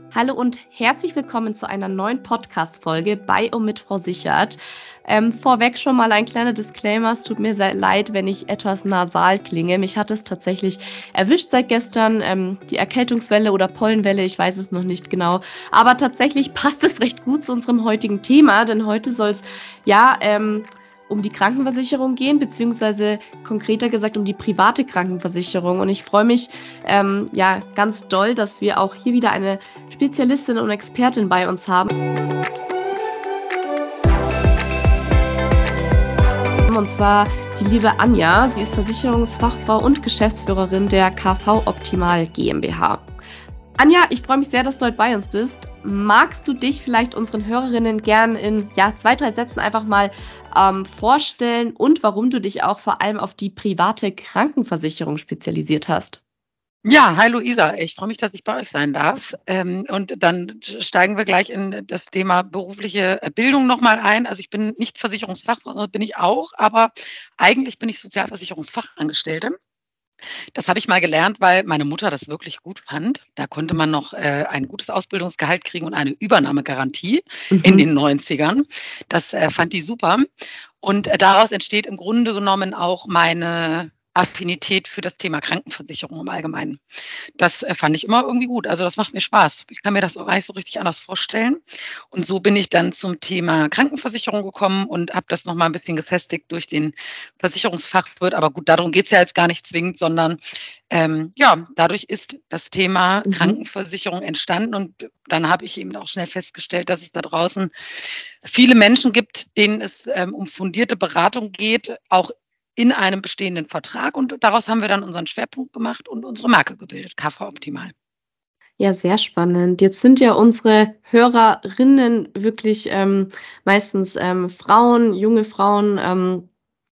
Hallo und herzlich willkommen zu einer neuen Podcast-Folge bei und mit Frau Sichert. Vorweg schon mal ein kleiner Disclaimer: Es tut mir sehr leid, wenn ich etwas nasal klinge. Mich hat es tatsächlich erwischt seit gestern, die Erkältungswelle oder Pollenwelle, ich weiß es noch nicht genau. Aber tatsächlich passt es recht gut zu unserem heutigen Thema, denn heute soll es um die Krankenversicherung gehen, beziehungsweise konkreter gesagt um die private Krankenversicherung. Und ich freue mich ganz doll, dass wir auch hier wieder eine Spezialistin und Expertin bei uns haben. Und zwar die liebe Anja. Sie ist Versicherungsfachfrau und Geschäftsführerin der KV Optimal GmbH. Anja, ich freue mich sehr, dass du heute bei uns bist. Magst du dich vielleicht unseren Hörerinnen gern in 2-3 Sätzen einfach mal vorstellen und warum du dich auch vor allem auf die private Krankenversicherung spezialisiert hast? Ja, hi Luisa, ich freue mich, dass ich bei euch sein darf. Und dann steigen wir gleich in das Thema berufliche Bildung nochmal ein. Also ich bin nicht Versicherungsfachfrau, bin ich auch, aber eigentlich bin ich Sozialversicherungsfachangestellte. Das habe ich mal gelernt, weil meine Mutter das wirklich gut fand. Da konnte man noch ein gutes Ausbildungsgehalt kriegen und eine Übernahmegarantie in den 90ern. Das fand die super. Und daraus entsteht im Grunde genommen auch meine Affinität für das Thema Krankenversicherung im Allgemeinen. Das fand ich immer irgendwie gut. Also das macht mir Spaß. Ich kann mir das auch gar nicht so richtig anders vorstellen. Und so bin ich dann zum Thema Krankenversicherung gekommen und habe das nochmal ein bisschen gefestigt durch den Versicherungsfachwirt. Aber gut, darum geht es ja jetzt gar nicht zwingend, sondern dadurch ist das Thema Krankenversicherung entstanden. Und dann habe ich eben auch schnell festgestellt, dass es da draußen viele Menschen gibt, denen es um fundierte Beratung geht, auch in einem bestehenden Vertrag. Und daraus haben wir dann unseren Schwerpunkt gemacht und unsere Marke gebildet, KV Optimal. Ja, sehr spannend. Jetzt sind ja unsere Hörerinnen wirklich meistens Frauen, junge Frauen.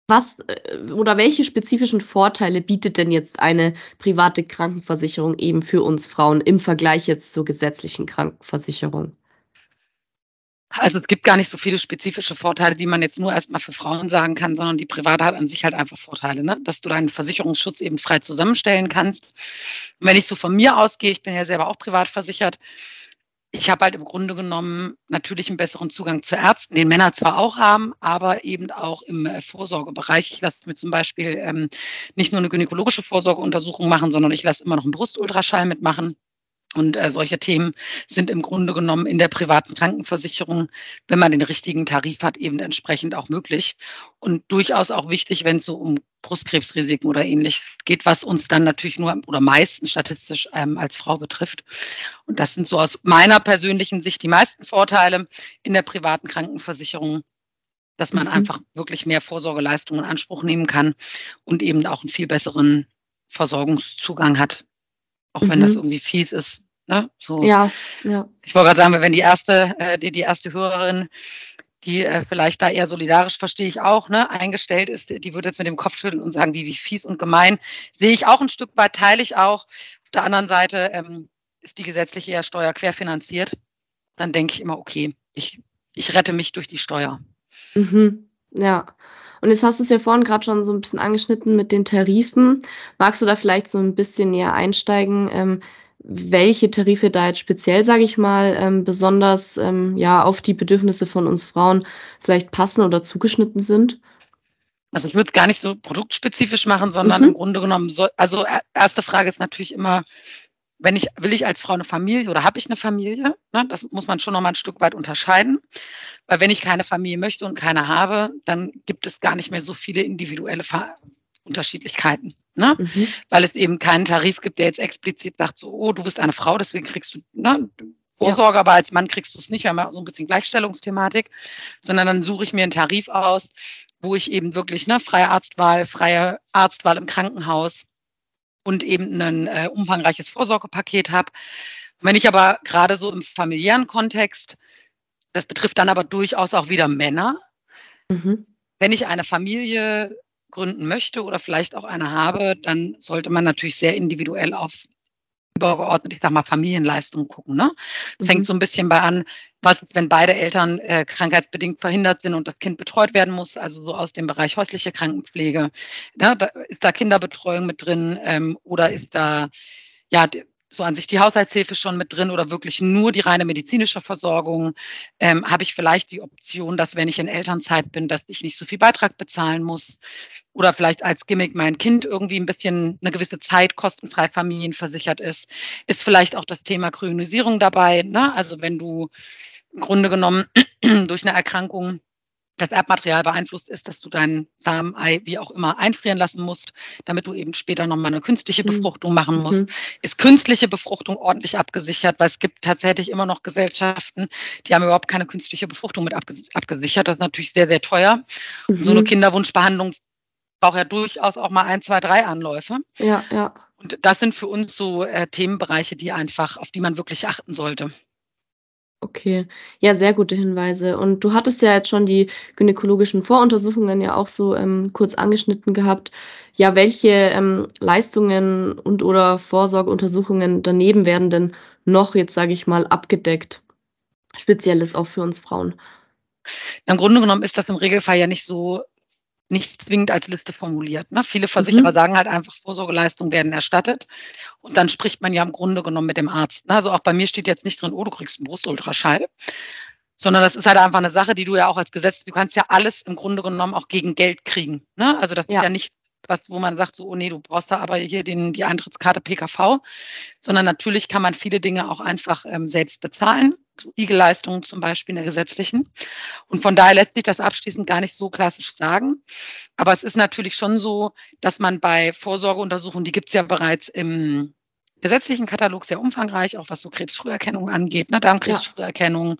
Welche spezifischen Vorteile bietet denn jetzt eine private Krankenversicherung eben für uns Frauen im Vergleich jetzt zur gesetzlichen Krankenversicherung? Also es gibt gar nicht so viele spezifische Vorteile, die man jetzt nur erstmal für Frauen sagen kann, sondern die Private hat an sich halt einfach Vorteile, ne? Dass du deinen Versicherungsschutz eben frei zusammenstellen kannst. Und wenn ich so von mir ausgehe, ich bin ja selber auch privat versichert, ich habe halt im Grunde genommen natürlich einen besseren Zugang zu Ärzten, den Männer zwar auch haben, aber eben auch im Vorsorgebereich. Ich lasse mir zum Beispiel nicht nur eine gynäkologische Vorsorgeuntersuchung machen, sondern ich lasse immer noch einen Brustultraschall mitmachen. Und solche Themen sind im Grunde genommen in der privaten Krankenversicherung, wenn man den richtigen Tarif hat, eben entsprechend auch möglich. Und durchaus auch wichtig, wenn es so um Brustkrebsrisiken oder ähnlich geht, was uns dann natürlich nur oder meistens statistisch als Frau betrifft. Und das sind so aus meiner persönlichen Sicht die meisten Vorteile in der privaten Krankenversicherung, dass man einfach wirklich mehr Vorsorgeleistungen in Anspruch nehmen kann und eben auch einen viel besseren Versorgungszugang hat. Auch wenn das irgendwie fies ist. Ne? So. Ja. Ich wollte gerade sagen, wenn die erste Hörerin, die vielleicht da eher solidarisch, verstehe ich auch, ne, eingestellt ist, die wird jetzt mit dem Kopf schütteln und sagen, wie fies und gemein. Sehe ich auch ein Stück weit, teile ich auch. Auf der anderen Seite ist die gesetzliche eher steuerquerfinanziert. Dann denke ich immer, okay, ich rette mich durch die Steuer. Ja. Und jetzt hast du es ja vorhin gerade schon so ein bisschen angeschnitten mit den Tarifen. Magst du da vielleicht so ein bisschen näher einsteigen, welche Tarife da jetzt speziell, sage ich mal, besonders auf die Bedürfnisse von uns Frauen vielleicht passen oder zugeschnitten sind? Also ich würde es gar nicht so produktspezifisch machen, sondern im Grunde genommen, erste Frage ist natürlich immer, will ich als Frau eine Familie oder habe ich eine Familie? Ne, das muss man schon noch mal ein Stück weit unterscheiden. Weil wenn ich keine Familie möchte und keine habe, dann gibt es gar nicht mehr so viele individuelle Unterschiedlichkeiten. Ne? Weil es eben keinen Tarif gibt, der jetzt explizit sagt, so, oh, du bist eine Frau, deswegen kriegst du Vorsorge, aber als Mann kriegst du es nicht. Wir haben ja so ein bisschen Gleichstellungsthematik, sondern dann suche ich mir einen Tarif aus, wo ich eben wirklich freie Arztwahl im Krankenhaus und eben ein umfangreiches Vorsorgepaket habe. Wenn ich aber gerade so im familiären Kontext, das betrifft dann aber durchaus auch wieder Männer, wenn ich eine Familie gründen möchte oder vielleicht auch eine habe, dann sollte man natürlich sehr individuell auf übergeordnet, ich sag mal, Familienleistungen gucken. Ne? Es fängt so ein bisschen bei an, was ist, wenn beide Eltern krankheitsbedingt verhindert sind und das Kind betreut werden muss, also so aus dem Bereich häusliche Krankenpflege. Ja, ist da Kinderbetreuung mit drin oder ist da so an sich die Haushaltshilfe schon mit drin oder wirklich nur die reine medizinische Versorgung? Habe ich vielleicht die Option, dass wenn ich in Elternzeit bin, dass ich nicht so viel Beitrag bezahlen muss? Oder vielleicht als Gimmick mein Kind irgendwie ein bisschen eine gewisse Zeit kostenfrei familienversichert ist? Ist vielleicht auch das Thema Kryonisierung dabei, ne? Also wenn du im Grunde genommen durch eine Erkrankung das Erbmaterial beeinflusst ist, dass du dein Samenei, wie auch immer, einfrieren lassen musst, damit du eben später nochmal eine künstliche Befruchtung machen musst. Ist künstliche Befruchtung ordentlich abgesichert, weil es gibt tatsächlich immer noch Gesellschaften, die haben überhaupt keine künstliche Befruchtung mit abgesichert. Das ist natürlich sehr, sehr teuer. Und so eine Kinderwunschbehandlung braucht ja durchaus auch mal 1, 2, 3 Anläufe. Ja. Und das sind für uns so Themenbereiche, auf die man wirklich achten sollte. Okay, ja, sehr gute Hinweise. Und du hattest ja jetzt schon die gynäkologischen Voruntersuchungen ja auch so kurz angeschnitten gehabt. Ja, welche Leistungen und oder Vorsorgeuntersuchungen daneben werden denn noch jetzt, sage ich mal, abgedeckt? Spezielles auch für uns Frauen. Im Grunde genommen ist das im Regelfall ja nicht zwingend als Liste formuliert. Ne? Viele Versicherer sagen halt einfach, Vorsorgeleistungen werden erstattet. Und dann spricht man ja im Grunde genommen mit dem Arzt. Ne? Also auch bei mir steht jetzt nicht drin, oh, du kriegst einen Brustultraschall. Sondern das ist halt einfach eine Sache, die du ja auch als Gesetz, du kannst ja alles im Grunde genommen auch gegen Geld kriegen. Ne? Also das ist ja nicht was, wo man sagt, so, oh nee, du brauchst da aber hier die Eintrittskarte PKV. Sondern natürlich kann man viele Dinge auch einfach selbst bezahlen. So IG-Leistungen zum Beispiel in der gesetzlichen. Und von daher lässt sich das abschließend gar nicht so klassisch sagen. Aber es ist natürlich schon so, dass man bei Vorsorgeuntersuchungen, die gibt es ja bereits im gesetzlichen Katalog sehr umfangreich, auch was so Krebsfrüherkennung angeht, ne, Darmkrebsfrüherkennung,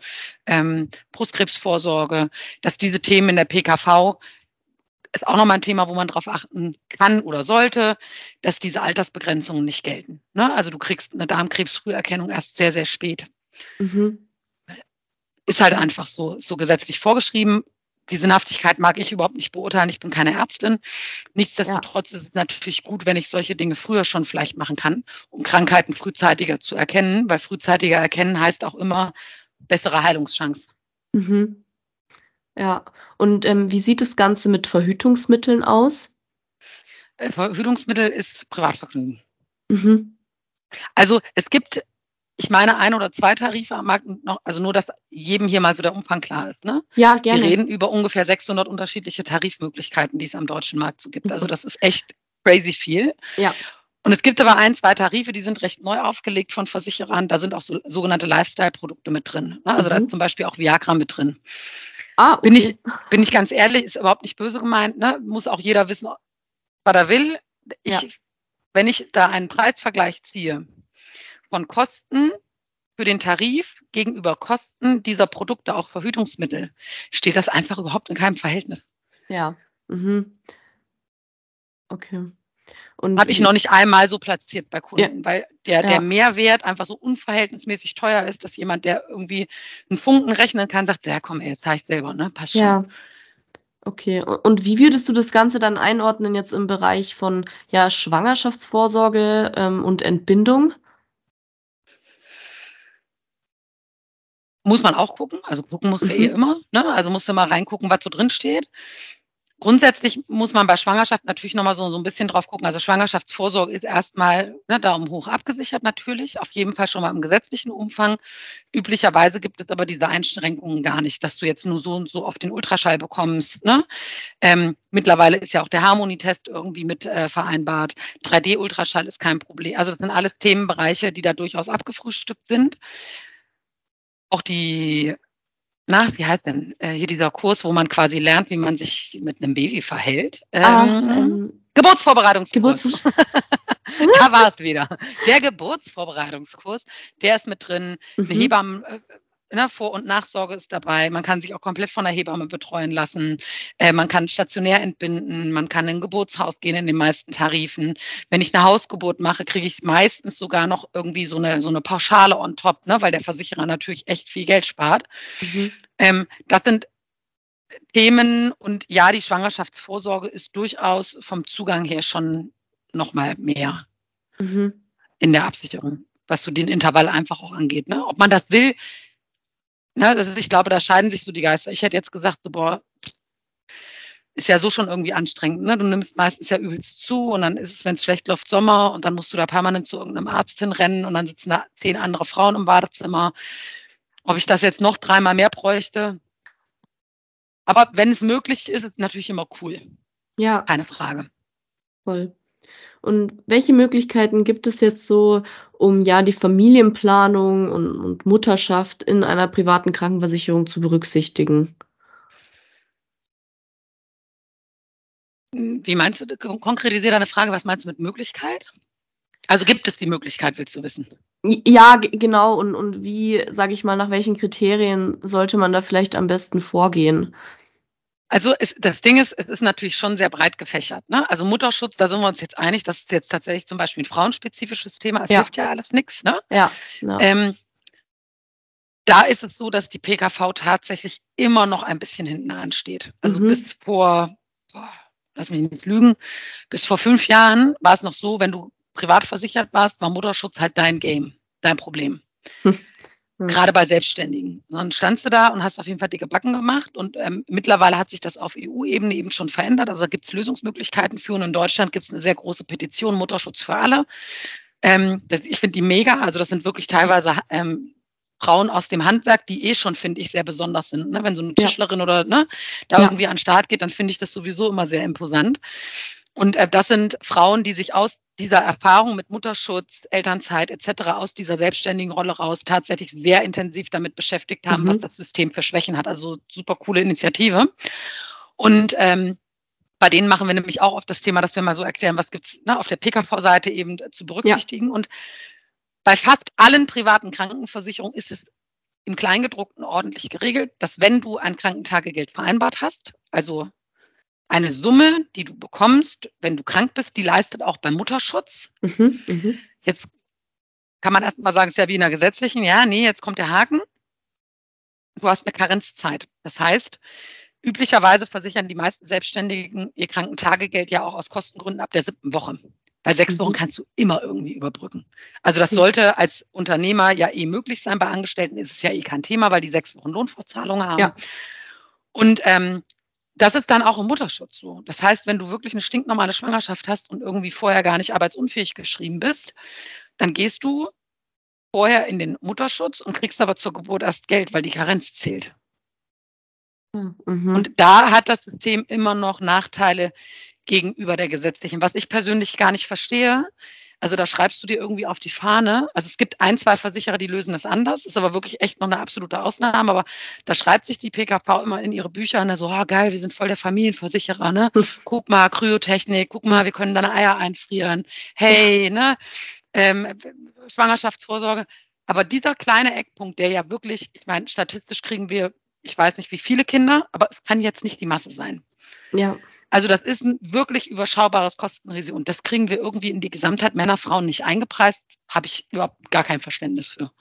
Brustkrebsvorsorge, dass diese Themen in der PKV ist auch nochmal ein Thema, wo man darauf achten kann oder sollte, dass diese Altersbegrenzungen nicht gelten. Ne? Also du kriegst eine Darmkrebsfrüherkennung erst sehr, sehr spät. Ist halt einfach so gesetzlich vorgeschrieben. Die Sinnhaftigkeit mag ich überhaupt nicht beurteilen. Ich bin keine Ärztin. Nichtsdestotrotz ist es natürlich gut, wenn ich solche Dinge früher schon vielleicht machen kann, um Krankheiten frühzeitiger zu erkennen, weil frühzeitiger erkennen heißt auch immer bessere Heilungschance. Ja, und wie sieht das Ganze mit Verhütungsmitteln aus? Verhütungsmittel ist Privatvergnügen. Also es gibt, ich meine, 1 oder 2 Tarife am Markt noch, also nur, dass jedem hier mal so der Umfang klar ist. Ne? Ja, gerne. Wir reden über ungefähr 600 unterschiedliche Tarifmöglichkeiten, die es am deutschen Markt so gibt. Also das ist echt crazy viel. Ja. Und es gibt aber 1, 2 Tarife, die sind recht neu aufgelegt von Versicherern. Da sind auch so sogenannte Lifestyle-Produkte mit drin. Ne? Also da ist zum Beispiel auch Viagra mit drin. Okay. Bin ich ganz ehrlich, ist überhaupt nicht böse gemeint. Ne? Muss auch jeder wissen, was er will. Wenn ich da einen Preisvergleich ziehe von Kosten für den Tarif gegenüber Kosten dieser Produkte, auch Verhütungsmittel, steht das einfach überhaupt in keinem Verhältnis. Ja. Okay. Habe ich noch nicht einmal so platziert bei Kunden, weil der Mehrwert einfach so unverhältnismäßig teuer ist, dass jemand, der irgendwie einen Funken rechnen kann, sagt, ja komm, jetzt zahle ich selber, ne? Passt schon. Ja. Okay. Und wie würdest du das Ganze dann einordnen jetzt im Bereich von Schwangerschaftsvorsorge und Entbindung? Muss man auch gucken. Also gucken musst du immer. Ne? Also musst du mal reingucken, was so drin steht. Grundsätzlich muss man bei Schwangerschaft natürlich nochmal so ein bisschen drauf gucken. Also Schwangerschaftsvorsorge ist erstmal Daumen hoch abgesichert natürlich, auf jeden Fall schon mal im gesetzlichen Umfang. Üblicherweise gibt es aber diese Einschränkungen gar nicht, dass du jetzt nur so und so auf den Ultraschall bekommst. Ne? Mittlerweile ist ja auch der Harmonietest irgendwie mit vereinbart. 3D-Ultraschall ist kein Problem. Also das sind alles Themenbereiche, die da durchaus abgefrühstückt sind. Auch wie heißt denn hier dieser Kurs, wo man quasi lernt, wie man sich mit einem Baby verhält? Geburtsvorbereitungskurs. Da war es wieder. Der Geburtsvorbereitungskurs, der ist mit drin. Eine Hebamme, Vor- und Nachsorge ist dabei. Man kann sich auch komplett von der Hebamme betreuen lassen. Man kann stationär entbinden. Man kann in ein Geburtshaus gehen in den meisten Tarifen. Wenn ich eine Hausgeburt mache, kriege ich meistens sogar noch irgendwie so eine Pauschale on top, ne, weil der Versicherer natürlich echt viel Geld spart. Das sind Themen und ja, die Schwangerschaftsvorsorge ist durchaus vom Zugang her schon noch mal mehr in der Absicherung, was so den Intervall einfach auch angeht. Ne? Ob man das will, ich glaube, da scheiden sich so die Geister. Ich hätte jetzt gesagt, so, boah, ist ja so schon irgendwie anstrengend. Ne? Du nimmst meistens ja übelst zu und dann ist es, wenn es schlecht läuft, Sommer und dann musst du da permanent zu irgendeinem Arzt hinrennen und dann sitzen da 10 andere Frauen im Badezimmer. Ob ich das jetzt noch 3-mal mehr bräuchte. Aber wenn es möglich ist, ist es natürlich immer cool. Ja, Keine Frage. voll. Und welche Möglichkeiten gibt es jetzt so, um ja die Familienplanung und Mutterschaft in einer privaten Krankenversicherung zu berücksichtigen? Wie meinst du, konkretisiere deine Frage, was meinst du mit Möglichkeit? Also gibt es die Möglichkeit, willst du wissen? Ja, genau. Und wie, sage ich mal, nach welchen Kriterien sollte man da vielleicht am besten vorgehen? Also das Ding ist, es ist natürlich schon sehr breit gefächert. Ne? Also Mutterschutz, da sind wir uns jetzt einig, das ist jetzt tatsächlich zum Beispiel ein frauenspezifisches Thema. Es hilft ja alles nichts. Ne? Ja. Da ist es so, dass die PKV tatsächlich immer noch ein bisschen hinten ansteht. Also bis vor, lass mich nicht lügen, bis vor 5 Jahren war es noch so, wenn du privat versichert warst, war Mutterschutz halt dein Game, dein Problem. Gerade bei Selbstständigen. Dann standst du da und hast auf jeden Fall dicke Backen gemacht und mittlerweile hat sich das auf EU-Ebene eben schon verändert. Also da gibt es Lösungsmöglichkeiten für und in Deutschland gibt es eine sehr große Petition, Mutterschutz für alle. Ich finde die mega. Also das sind wirklich teilweise Frauen aus dem Handwerk, die schon, finde ich, sehr besonders sind. Ne? Wenn so eine Tischlerin oder da irgendwie an den Start geht, dann finde ich das sowieso immer sehr imposant. Und das sind Frauen, die sich aus dieser Erfahrung mit Mutterschutz, Elternzeit etc., aus dieser selbstständigen Rolle raus tatsächlich sehr intensiv damit beschäftigt haben, was das System für Schwächen hat. Also super coole Initiative. Und bei denen machen wir nämlich auch oft das Thema, dass wir mal so erklären, was gibt es auf der PKV-Seite eben zu berücksichtigen. Ja. Und bei fast allen privaten Krankenversicherungen ist es im Kleingedruckten ordentlich geregelt, dass wenn du ein Krankentagegeld vereinbart hast, also eine Summe, die du bekommst, wenn du krank bist, die leistet auch beim Mutterschutz. Jetzt kann man erst mal sagen, es ist ja wie in der gesetzlichen, jetzt kommt der Haken. Du hast eine Karenzzeit. Das heißt, üblicherweise versichern die meisten Selbstständigen ihr Krankentagegeld ja auch aus Kostengründen ab der 7. Woche. Bei 6 Wochen kannst du immer irgendwie überbrücken. Also das sollte als Unternehmer ja möglich sein. Bei Angestellten ist es ja kein Thema, weil die 6 Wochen Lohnfortzahlung haben. Ja. Und das ist dann auch im Mutterschutz so. Das heißt, wenn du wirklich eine stinknormale Schwangerschaft hast und irgendwie vorher gar nicht arbeitsunfähig geschrieben bist, dann gehst du vorher in den Mutterschutz und kriegst aber zur Geburt erst Geld, weil die Karenz zählt. Und da hat das System immer noch Nachteile gegenüber der gesetzlichen, was ich persönlich gar nicht verstehe. Also da schreibst du dir irgendwie auf die Fahne. Also es gibt 1, 2 Versicherer, die lösen das anders. Ist aber wirklich echt noch eine absolute Ausnahme. Aber da schreibt sich die PKV immer in ihre Bücher, ne, so, geil, wir sind voll der Familienversicherer. Ne? Guck mal, Kryotechnik, guck mal, wir können deine Eier einfrieren. Hey, ne? Schwangerschaftsvorsorge. Aber dieser kleine Eckpunkt, der ja wirklich, ich meine, statistisch kriegen wir, ich weiß nicht wie viele Kinder, aber es kann jetzt nicht die Masse sein. Ja. Also das ist ein wirklich überschaubares Kostenrisiko und das kriegen wir irgendwie in die Gesamtheit Männer, Frauen nicht eingepreist. Habe ich überhaupt gar kein Verständnis für.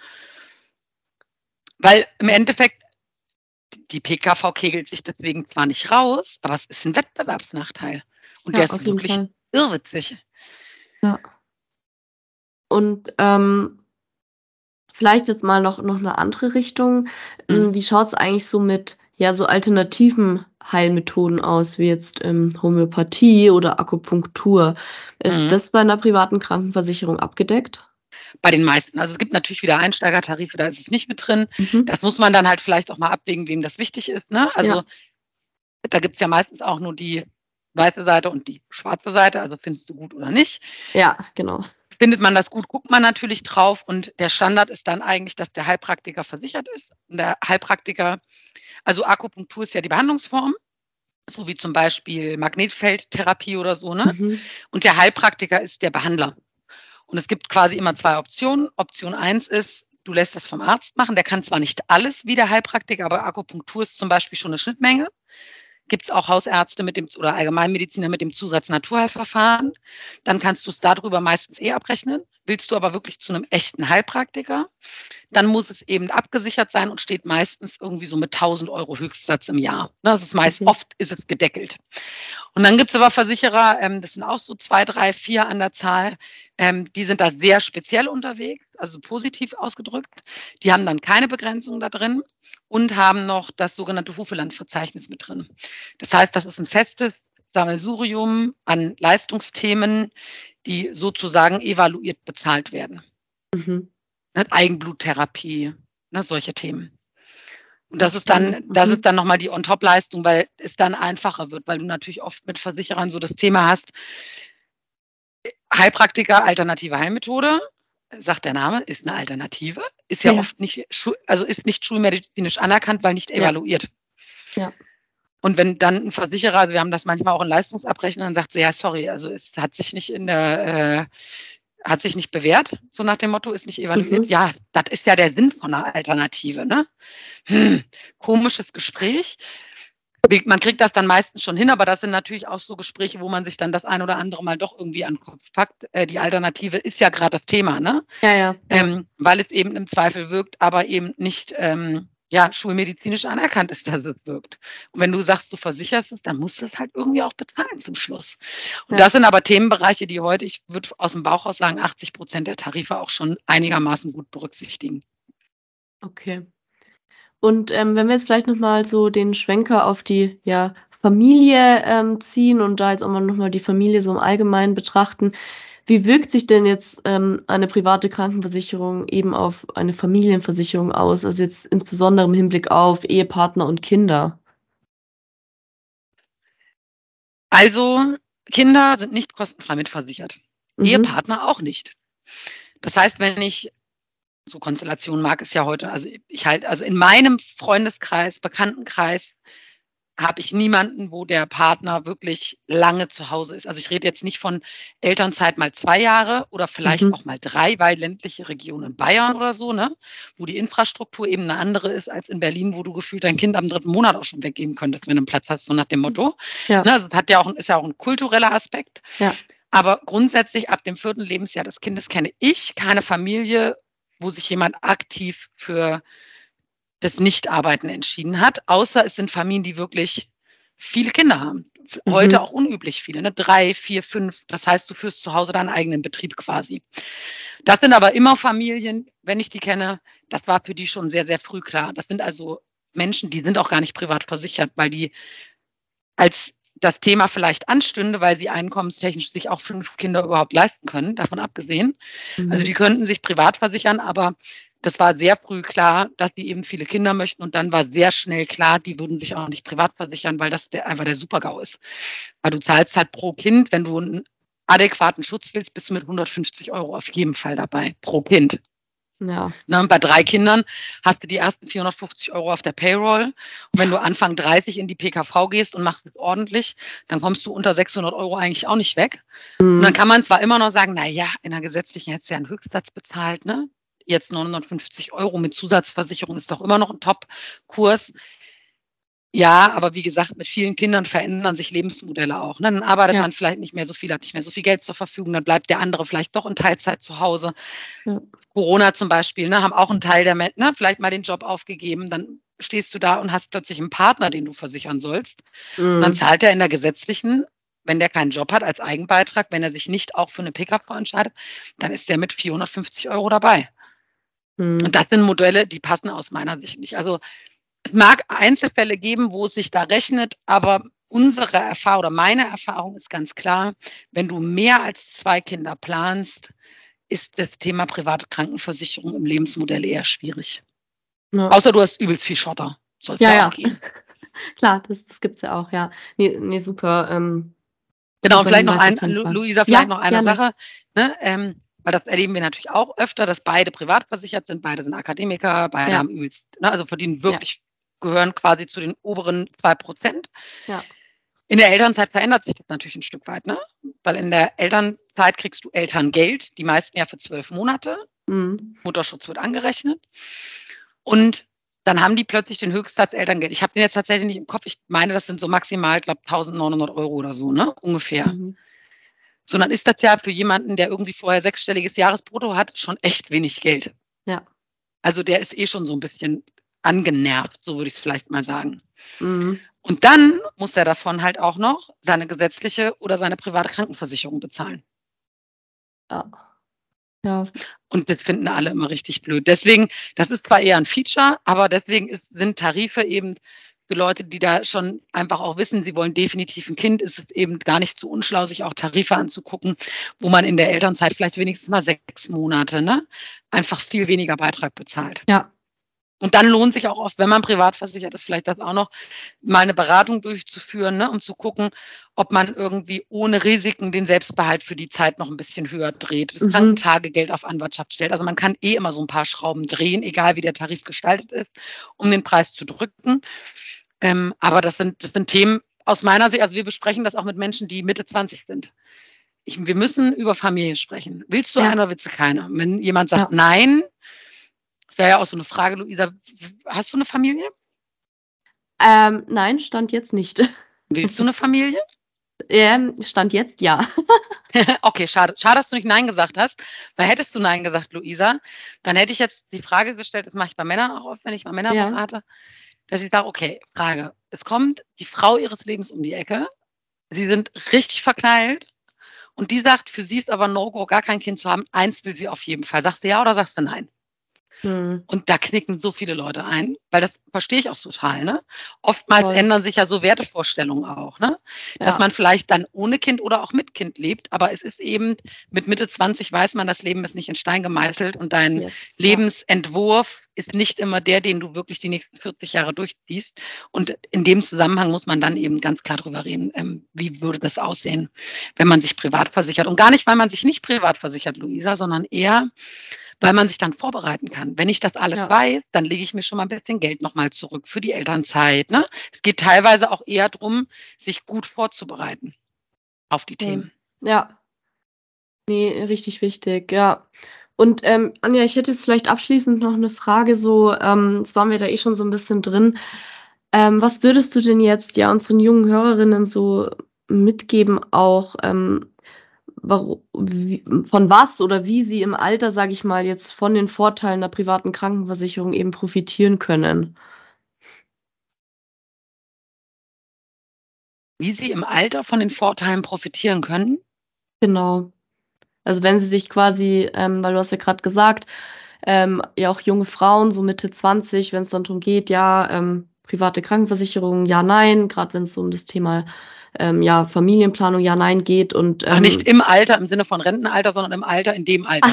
Weil im Endeffekt, die PKV kegelt sich deswegen zwar nicht raus, aber es ist ein Wettbewerbsnachteil. Und der ist wirklich irrwitzig. Ja. Und vielleicht jetzt mal noch eine andere Richtung. Wie schaut es eigentlich so mit so alternativen Heilmethoden aus, wie jetzt Homöopathie oder Akupunktur? Ist das bei einer privaten Krankenversicherung abgedeckt? Bei den meisten. Also es gibt natürlich wieder Einsteigertarife, da ist es nicht mit drin. Das muss man dann halt vielleicht auch mal abwägen, wem das wichtig ist. Ne? Also da gibt es ja meistens auch nur die weiße Seite und die schwarze Seite. Also findest du gut oder nicht. Ja, genau. Findet man das gut, guckt man natürlich drauf. Und der Standard ist dann eigentlich, dass der Heilpraktiker versichert ist. Und der Heilpraktiker, also Akupunktur ist ja die Behandlungsform, so wie zum Beispiel Magnetfeldtherapie oder so. Ne? Und der Heilpraktiker ist der Behandler. Und es gibt quasi immer 2 Optionen. Option 1 ist, du lässt das vom Arzt machen. Der kann zwar nicht alles wie der Heilpraktiker, aber Akupunktur ist zum Beispiel schon eine Schnittmenge. Gibt es auch Hausärzte oder Allgemeinmediziner mit dem Zusatz Naturheilverfahren. Dann kannst du es darüber meistens abrechnen. Willst du aber wirklich zu einem echten Heilpraktiker, dann muss es eben abgesichert sein und steht meistens irgendwie so mit 1.000 € Höchstsatz im Jahr. Das ist oft ist es gedeckelt. Und dann gibt es aber Versicherer, das sind auch so 2, 3, 4 an der Zahl, die sind da sehr speziell unterwegs, also positiv ausgedrückt. Die haben dann keine Begrenzung da drin. und haben noch das sogenannte Hufeland-Verzeichnis mit drin. Das heißt, das ist ein festes Sammelsurium an Leistungsthemen, die sozusagen evaluiert bezahlt werden. Mhm. Eigenbluttherapie, solche Themen. Und das Ach, ist dann, spannend. das ist dann nochmal die On-Top-Leistung, weil es dann einfacher wird, weil du natürlich oft mit Versicherern so das Thema hast, Heilpraktiker, alternative Heilmethode, sagt der Name, ist eine Alternative, ist ja oft nicht, ist nicht schulmedizinisch anerkannt, weil nicht evaluiert. Ja. Und wenn dann ein Versicherer, also wir haben das manchmal auch in Leistungsabrechnungen, dann sagt so, ja, sorry, also es hat sich nicht hat sich nicht bewährt, so nach dem Motto, ist nicht evaluiert. Mhm. Ja, das ist ja der Sinn von einer Alternative, ne? Komisches Gespräch. Man kriegt das dann meistens schon hin, aber das sind natürlich auch so Gespräche, wo man sich dann das ein oder andere Mal doch irgendwie an den Kopf packt. Die Alternative ist ja gerade das Thema, ne? Ja. Weil es eben im Zweifel wirkt, aber eben nicht schulmedizinisch anerkannt ist, dass es wirkt. Und wenn du sagst, du versicherst es, dann musst du es halt irgendwie auch bezahlen zum Schluss. Und das sind aber Themenbereiche, die heute, ich würde aus dem Bauch aus sagen, 80% der Tarife auch schon einigermaßen gut berücksichtigen. Okay. Und wenn wir jetzt vielleicht nochmal so den Schwenker auf die Familie ziehen und da jetzt auch mal nochmal die Familie so im Allgemeinen betrachten, wie wirkt sich denn jetzt eine private Krankenversicherung eben auf eine Familienversicherung aus? Also jetzt insbesondere im Hinblick auf Ehepartner und Kinder. Also Kinder sind nicht kostenfrei mitversichert. Mhm. Ehepartner auch nicht. Das heißt, wenn ich so Konstellationen mag es ja heute, also in meinem Freundeskreis, Bekanntenkreis habe ich niemanden, wo der Partner wirklich lange zu Hause ist. Also ich rede jetzt nicht von Elternzeit mal 2 Jahre oder vielleicht auch mal 3, weil ländliche Region in Bayern oder so, ne, wo die Infrastruktur eben eine andere ist als in Berlin, wo du gefühlt dein Kind am 3. Monat auch schon weggeben könntest, wenn du einen Platz hast, so nach dem Motto. Ja. Ne, also ist ja auch ein kultureller Aspekt. Ja. Aber grundsätzlich ab dem 4. Lebensjahr des Kindes kenne ich keine Familie, wo sich jemand aktiv für das Nichtarbeiten entschieden hat, außer es sind Familien, die wirklich viele Kinder haben. Heute auch unüblich viele, ne? 3, 4, 5. Das heißt, du führst zu Hause deinen eigenen Betrieb quasi. Das sind aber immer Familien, wenn ich die kenne, das war für die schon sehr, sehr früh klar. Das sind also Menschen, die sind auch gar nicht privat versichert, weil die als das Thema vielleicht anstünde, weil sie einkommenstechnisch sich auch 5 Kinder überhaupt leisten können, davon abgesehen. Also die könnten sich privat versichern, aber das war sehr früh klar, dass die eben viele Kinder möchten und dann war sehr schnell klar, die würden sich auch nicht privat versichern, weil das einfach der Super-GAU ist. Weil du zahlst halt pro Kind, wenn du einen adäquaten Schutz willst, bist du mit 150 € auf jeden Fall dabei, pro Kind. Ja. Na, und bei 3 Kindern hast du die ersten 450 € auf der Payroll. Und wenn du Anfang 30 in die PKV gehst und machst es ordentlich, dann kommst du unter 600 € eigentlich auch nicht weg. Und dann kann man zwar immer noch sagen, naja, in der gesetzlichen hättest du ja einen Höchstsatz bezahlt, ne? Jetzt 950 € mit Zusatzversicherung ist doch immer noch ein Top-Kurs. Ja, aber wie gesagt, mit vielen Kindern verändern sich Lebensmodelle auch. Ne? Dann arbeitet man vielleicht nicht mehr so viel, hat nicht mehr so viel Geld zur Verfügung, dann bleibt der andere vielleicht doch in Teilzeit zu Hause. Ja. Corona zum Beispiel, ne, haben auch einen Teil der Menschen, vielleicht mal den Job aufgegeben, dann stehst du da und hast plötzlich einen Partner, den du versichern sollst. Dann zahlt er in der gesetzlichen, wenn der keinen Job hat, als Eigenbeitrag, wenn er sich nicht auch für eine PKV entscheidet, dann ist der mit 450 € dabei. Und das sind Modelle, die passen aus meiner Sicht nicht. Also es mag Einzelfälle geben, wo es sich da rechnet, aber unsere Erfahrung oder meine Erfahrung ist ganz klar, wenn du mehr als 2 Kinder planst, ist das Thema private Krankenversicherung im Lebensmodell eher schwierig. Ja. Außer du hast übelst viel Schotter. Soll es ja auch geben. Klar, das gibt es ja auch, ja. Nee, super. Genau, und vielleicht noch Luisa, noch eine gerne. Sache. Ne, weil das erleben wir natürlich auch öfter, dass beide privat versichert sind, beide sind Akademiker, beide haben übelst, ne, also verdienen wirklich, gehören quasi zu den oberen 2%. Ja. In der Elternzeit verändert sich das natürlich ein Stück weit, ne? Weil in der Elternzeit kriegst du Elterngeld, die meisten ja für 12 Monate. Mutterschutz wird angerechnet. Und dann haben die plötzlich den Höchstsatz Elterngeld. Ich habe den jetzt tatsächlich nicht im Kopf. Ich meine, das sind so maximal, ich glaube, 1.900 € oder so, ne? Ungefähr. So, dann ist das ja für jemanden, der irgendwie vorher 6-stelliges Jahresbrutto hat, schon echt wenig Geld. Ja. Also der ist schon so ein bisschen angenervt, so würde ich es vielleicht mal sagen. Und dann muss er davon halt auch noch seine gesetzliche oder seine private Krankenversicherung bezahlen. Ja. Ja. Und das finden alle immer richtig blöd. Deswegen, das ist zwar eher ein Feature, aber deswegen sind Tarife eben für Leute, die da schon einfach auch wissen, sie wollen definitiv ein Kind, ist es eben gar nicht zu unschlau, sich auch Tarife anzugucken, wo man in der Elternzeit vielleicht wenigstens mal 6 Monate, ne, einfach viel weniger Beitrag bezahlt. Ja. Und dann lohnt sich auch oft, wenn man privat versichert ist, vielleicht das auch noch, mal eine Beratung durchzuführen, ne, um zu gucken, ob man irgendwie ohne Risiken den Selbstbehalt für die Zeit noch ein bisschen höher dreht, das Krankentagegeld auf Anwartschaft stellt. Also man kann immer so ein paar Schrauben drehen, egal wie der Tarif gestaltet ist, um den Preis zu drücken. Aber das sind Themen aus meiner Sicht, also wir besprechen das auch mit Menschen, die Mitte 20 sind. Wir müssen über Familie sprechen. Willst du eine oder willst du keine? Wenn jemand sagt nein, das wäre ja auch so eine Frage, Luisa, hast du eine Familie? Nein, Stand jetzt nicht. Willst du eine Familie? Stand jetzt ja. Okay, schade. Schade, dass du nicht Nein gesagt hast. Weil hättest du Nein gesagt, Luisa, dann hätte ich jetzt die Frage gestellt, das mache ich bei Männern auch oft, wenn ich mal Männer berate, dass ich sage, okay, Frage, es kommt die Frau ihres Lebens um die Ecke, sie sind richtig verknallt und die sagt, für sie ist aber No-Go, gar kein Kind zu haben, eins will sie auf jeden Fall. Sagst du ja oder sagst du nein? Und da knicken so viele Leute ein, weil das verstehe ich auch total, ne? Oftmals ändern sich ja so Wertevorstellungen auch, ne? Dass man vielleicht dann ohne Kind oder auch mit Kind lebt, aber es ist eben, mit Mitte 20 weiß man, das Leben ist nicht in Stein gemeißelt und dein Lebensentwurf ist nicht immer der, den du wirklich die nächsten 40 Jahre durchziehst. Und in dem Zusammenhang muss man dann eben ganz klar drüber reden, wie würde das aussehen, wenn man sich privat versichert. Und gar nicht, weil man sich nicht privat versichert, Luisa, sondern eher, weil man sich dann vorbereiten kann. Wenn ich das alles weiß, dann lege ich mir schon mal ein bisschen Geld nochmal zurück für die Elternzeit. Ne? Es geht teilweise auch eher darum, sich gut vorzubereiten auf die Themen. Ja. Nee, richtig wichtig, ja. Und Anja, ich hätte jetzt vielleicht abschließend noch eine Frage, so, jetzt waren wir da schon so ein bisschen drin. Was würdest du denn jetzt unseren jungen Hörerinnen so mitgeben, auch von was oder wie sie im Alter, sage ich mal, jetzt von den Vorteilen der privaten Krankenversicherung eben profitieren können? Wie sie im Alter von den Vorteilen profitieren können? Genau. Also wenn sie sich quasi, weil du hast ja gerade gesagt, auch junge Frauen, so Mitte 20, wenn es dann darum geht, private Krankenversicherung, ja, nein, gerade wenn es so um das Thema Familienplanung, ja, nein geht. Und, nicht im Alter, im Sinne von Rentenalter, sondern im Alter, in dem Alter.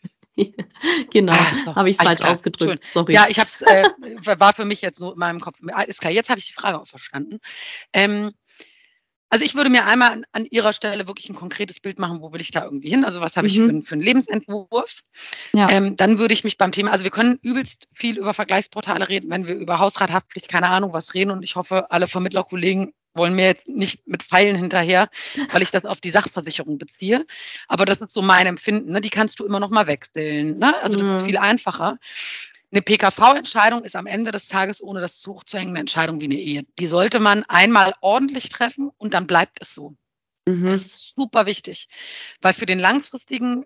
Genau, habe ich es falsch ausgedrückt. Sorry. Ja, ich habe es, war für mich jetzt nur in meinem Kopf. Ist klar, jetzt habe ich die Frage auch verstanden. Also ich würde mir einmal an Ihrer Stelle wirklich ein konkretes Bild machen, wo will ich da irgendwie hin? Also was habe ich für einen Lebensentwurf? Dann würde ich mich beim Thema, also wir können übelst viel über Vergleichsportale reden, wenn wir über Hausrathaftpflicht, keine Ahnung, was reden. Und ich hoffe, alle Vermittlerkollegen wollen mir jetzt nicht mit Pfeilen hinterher, weil ich das auf die Sachversicherung beziehe. Aber das ist so mein Empfinden. Ne? Die kannst du immer noch mal wechseln. Ne? Also das ist viel einfacher. Eine PKV-Entscheidung ist am Ende des Tages ohne das zu hoch zu hängende Entscheidung wie eine Ehe. Die sollte man einmal ordentlich treffen und dann bleibt es so. Das ist super wichtig, weil für die langfristige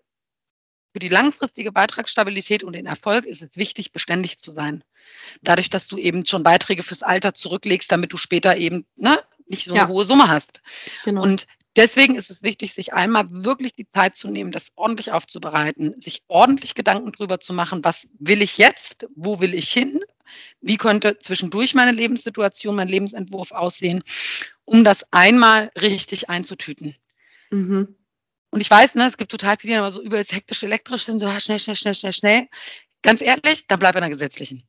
Beitragsstabilität und den Erfolg ist es wichtig, beständig zu sein. Dadurch, dass du eben schon Beiträge fürs Alter zurücklegst, damit du später eben nicht so eine hohe Summe hast. Genau. Und deswegen ist es wichtig, sich einmal wirklich die Zeit zu nehmen, das ordentlich aufzubereiten, sich ordentlich Gedanken drüber zu machen, was will ich jetzt, wo will ich hin, wie könnte zwischendurch meine Lebenssituation, mein Lebensentwurf aussehen, um das einmal richtig einzutüten. Und ich weiß, es gibt total viele, die immer so übelst hektisch elektrisch sind, so schnell. Ganz ehrlich, dann bleib bei einer gesetzlichen.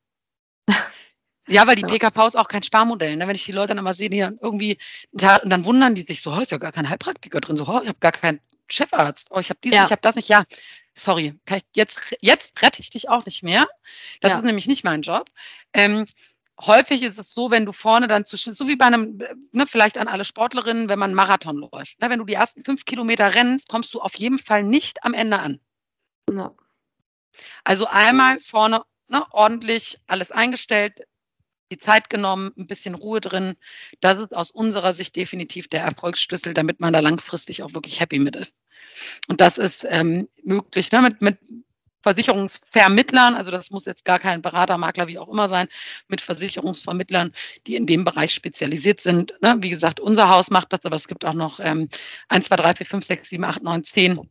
Ja, weil die PKV ist auch kein Sparmodell. Ne? Wenn ich die Leute dann immer sehe, die dann irgendwie, und dann wundern die sich so, ist ja gar kein Heilpraktiker drin, so, ich habe gar keinen Chefarzt, ich habe dieses, ich habe das nicht, sorry, jetzt rette ich dich auch nicht mehr. Das ist nämlich nicht mein Job. Häufig ist es so, wenn du vorne dann so wie bei einem, vielleicht an alle Sportlerinnen, wenn man einen Marathon läuft. Ne? Wenn du die ersten 5 Kilometer rennst, kommst du auf jeden Fall nicht am Ende an. Ja. Also einmal vorne ordentlich alles eingestellt, die Zeit genommen, ein bisschen Ruhe drin. Das ist aus unserer Sicht definitiv der Erfolgsschlüssel, damit man da langfristig auch wirklich happy mit ist. Und das ist möglich mit Versicherungsvermittlern, also das muss jetzt gar kein Berater, Makler, wie auch immer sein, mit Versicherungsvermittlern, die in dem Bereich spezialisiert sind. Ne? Wie gesagt, unser Haus macht das, aber es gibt auch noch 1, 2, 3, 4, 5, 6, 7, 8, 9, 10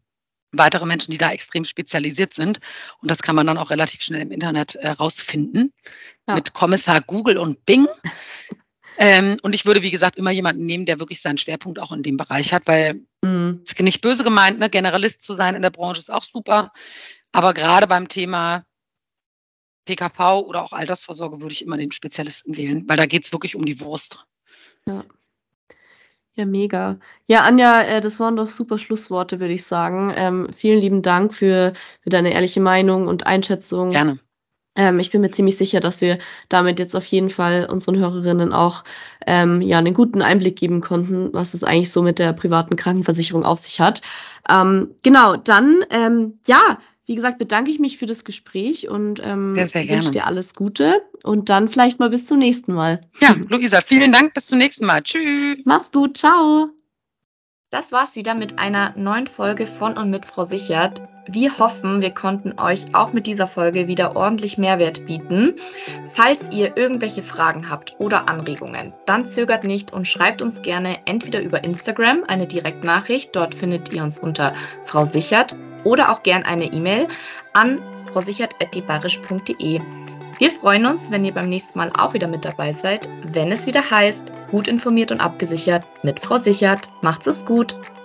weitere Menschen, die da extrem spezialisiert sind. Und das kann man dann auch relativ schnell im Internet rausfinden. Ja. Mit Kommissar Google und Bing. Und ich würde, wie gesagt, immer jemanden nehmen, der wirklich seinen Schwerpunkt auch in dem Bereich hat, weil es ist nicht böse gemeint, ne? Generalist zu sein in der Branche ist auch super. Aber gerade beim Thema PKV oder auch Altersvorsorge würde ich immer den Spezialisten wählen, weil da geht es wirklich um die Wurst. Ja. Ja, mega. Ja, Anja, das waren doch super Schlussworte, würde ich sagen. Vielen lieben Dank für deine ehrliche Meinung und Einschätzung. Gerne. Ich bin mir ziemlich sicher, dass wir damit jetzt auf jeden Fall unseren Hörerinnen auch einen guten Einblick geben konnten, was es eigentlich so mit der privaten Krankenversicherung auf sich hat. Genau, dann, wie gesagt, bedanke ich mich für das Gespräch und wünsche dir alles Gute und dann vielleicht mal bis zum nächsten Mal. Ja, Luisa, vielen Dank, bis zum nächsten Mal. Tschüss. Mach's gut, ciao. Das war's wieder mit einer neuen Folge von und mit Frau Sichert. Wir hoffen, wir konnten euch auch mit dieser Folge wieder ordentlich Mehrwert bieten. Falls ihr irgendwelche Fragen habt oder Anregungen, dann zögert nicht und schreibt uns gerne entweder über Instagram eine Direktnachricht, dort findet ihr uns unter Frau Sichert, oder auch gern eine E-Mail an frausichert@diebarisch.de. Wir freuen uns, wenn ihr beim nächsten Mal auch wieder mit dabei seid, wenn es wieder heißt, gut informiert und abgesichert mit Frau Sichert. Macht's es gut!